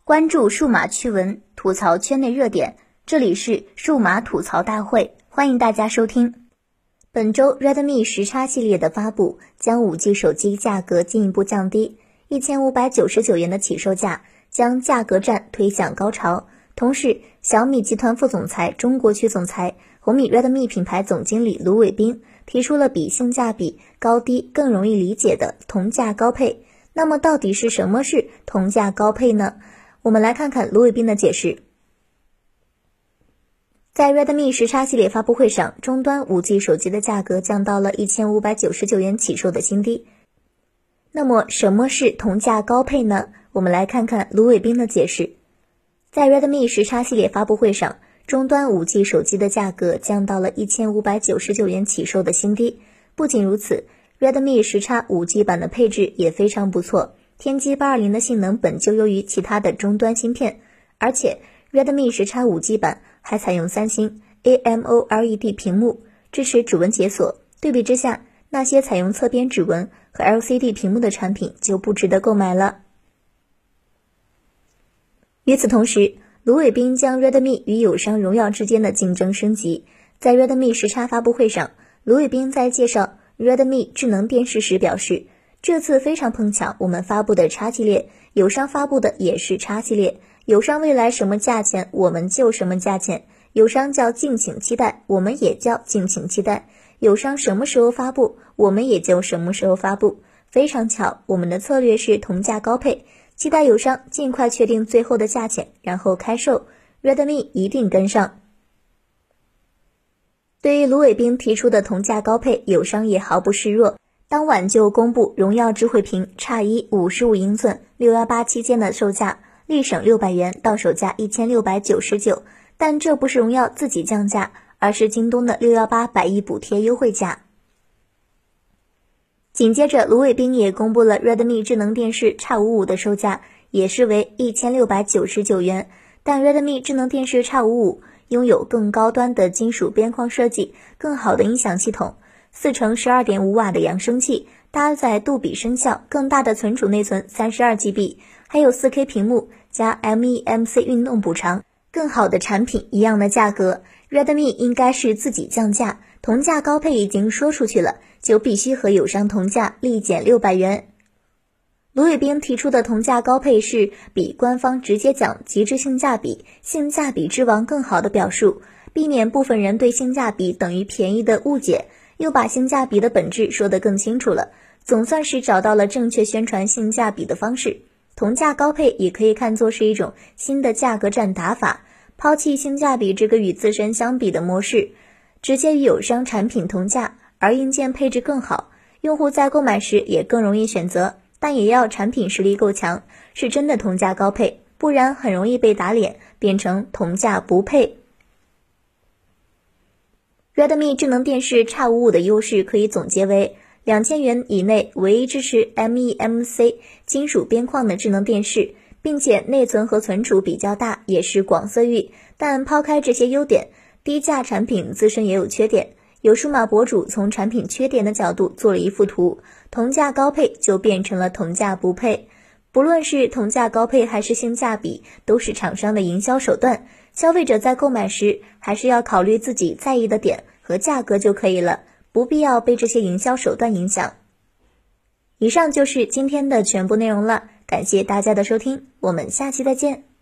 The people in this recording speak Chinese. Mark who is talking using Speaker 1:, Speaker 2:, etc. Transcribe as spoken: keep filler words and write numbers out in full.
Speaker 1: 关注数码趣闻，吐槽圈内热点，这里是数码吐槽大会，欢迎大家收听。本周 Redmi 十 X 系列的发布，将 五 G 手机价格进一步降低，一千五百九十九元的起售价将价格战推向高潮。同时，小米集团副总裁、中国区总裁、红米 Redmi 品牌总经理卢伟斌提出了比性价比高低更容易理解的同价高配。那么到底是什么是同价高配呢？我们来看看卢伟斌的解释。在 Redmi 十 X 系列发布会上，终端 五 G 手机的价格降到了一千五百九十九元起售的新低。那么什么是同价高配呢？我们来看看卢伟斌的解释。在 Redmi 十 X 系列发布会上，终端 五 G 手机的价格降到了一千五百九十九元起售的新低。不仅如此， Redmi 十 X 五 G 版的配置也非常不错，天玑八二零的性能本就优于其他的终端芯片，而且 Redmi 十 X 五 G 版还采用三星 A M O L E D 屏幕，支持指纹解锁。对比之下，那些采用侧边指纹和 L C D 屏幕的产品就不值得购买了。与此同时，卢伟斌将 Redmi 与友商荣耀之间的竞争升级。在 Redmi 十 X 发布会上，卢伟斌在介绍 Redmi 智能电视时表示，这次非常碰巧，我们发布的 X 系列，友商发布的也是 X 系列，友商未来什么价钱，我们就什么价钱，友商叫敬请期待，我们也叫敬请期待，友商什么时候发布，我们也就什么时候发布。非常巧，我们的策略是同价高配，期待友商尽快确定最后的价钱，然后开售， Redmi 一定跟上。对于卢伟斌提出的同价高配，友商也毫不示弱，当晚就公布荣耀智慧屏 X 一 五十五英寸六一八期间的售价，立省六百元，到手价一千六百九十九。但这不是荣耀自己降价，而是京东的六一八百亿补贴优惠价。紧接着，卢伟斌也公布了 Redmi 智能电视 X 五十五 的售价，也是为一千六百九十九元。但 Redmi 智能电视 X 五十五 拥有更高端的金属边框设计，更好的音响系统，四乘 十二点五瓦的扬声器，搭载杜比声效，更大的存储内存 三十二 G B， 还有 四K 屏幕加 M E M C 运动补偿，更好的产品，一样的价格， Redmi 应该是自己降价，同价高配已经说出去了，就必须和友商同价，立减六百元。卢伟斌提出的同价高配是比官方直接讲极致性价比，性价比之王更好的表述，避免部分人对性价比等于便宜的误解，又把性价比的本质说得更清楚了，总算是找到了正确宣传性价比的方式。同价高配也可以看作是一种新的价格战打法，抛弃性价比这个与自身相比的模式，直接与友商产品同价，而硬件配置更好，用户在购买时也更容易选择，但也要产品实力够强，是真的同价高配，不然很容易被打脸，变成同价不配。Redmi 智能电视 X 五十五 的优势可以总结为两千元以内唯一支持 M E M C 金属边框的智能电视，并且内存和存储比较大，也是广色域。但抛开这些优点，低价产品自身也有缺点，有数码博主从产品缺点的角度做了一幅图，同价高配就变成了同价不配。不论是同价高配还是性价比，都是厂商的营销手段，消费者在购买时还是要考虑自己在意的点和价格就可以了，不必要被这些营销手段影响。以上就是今天的全部内容了，感谢大家的收听，我们下期再见。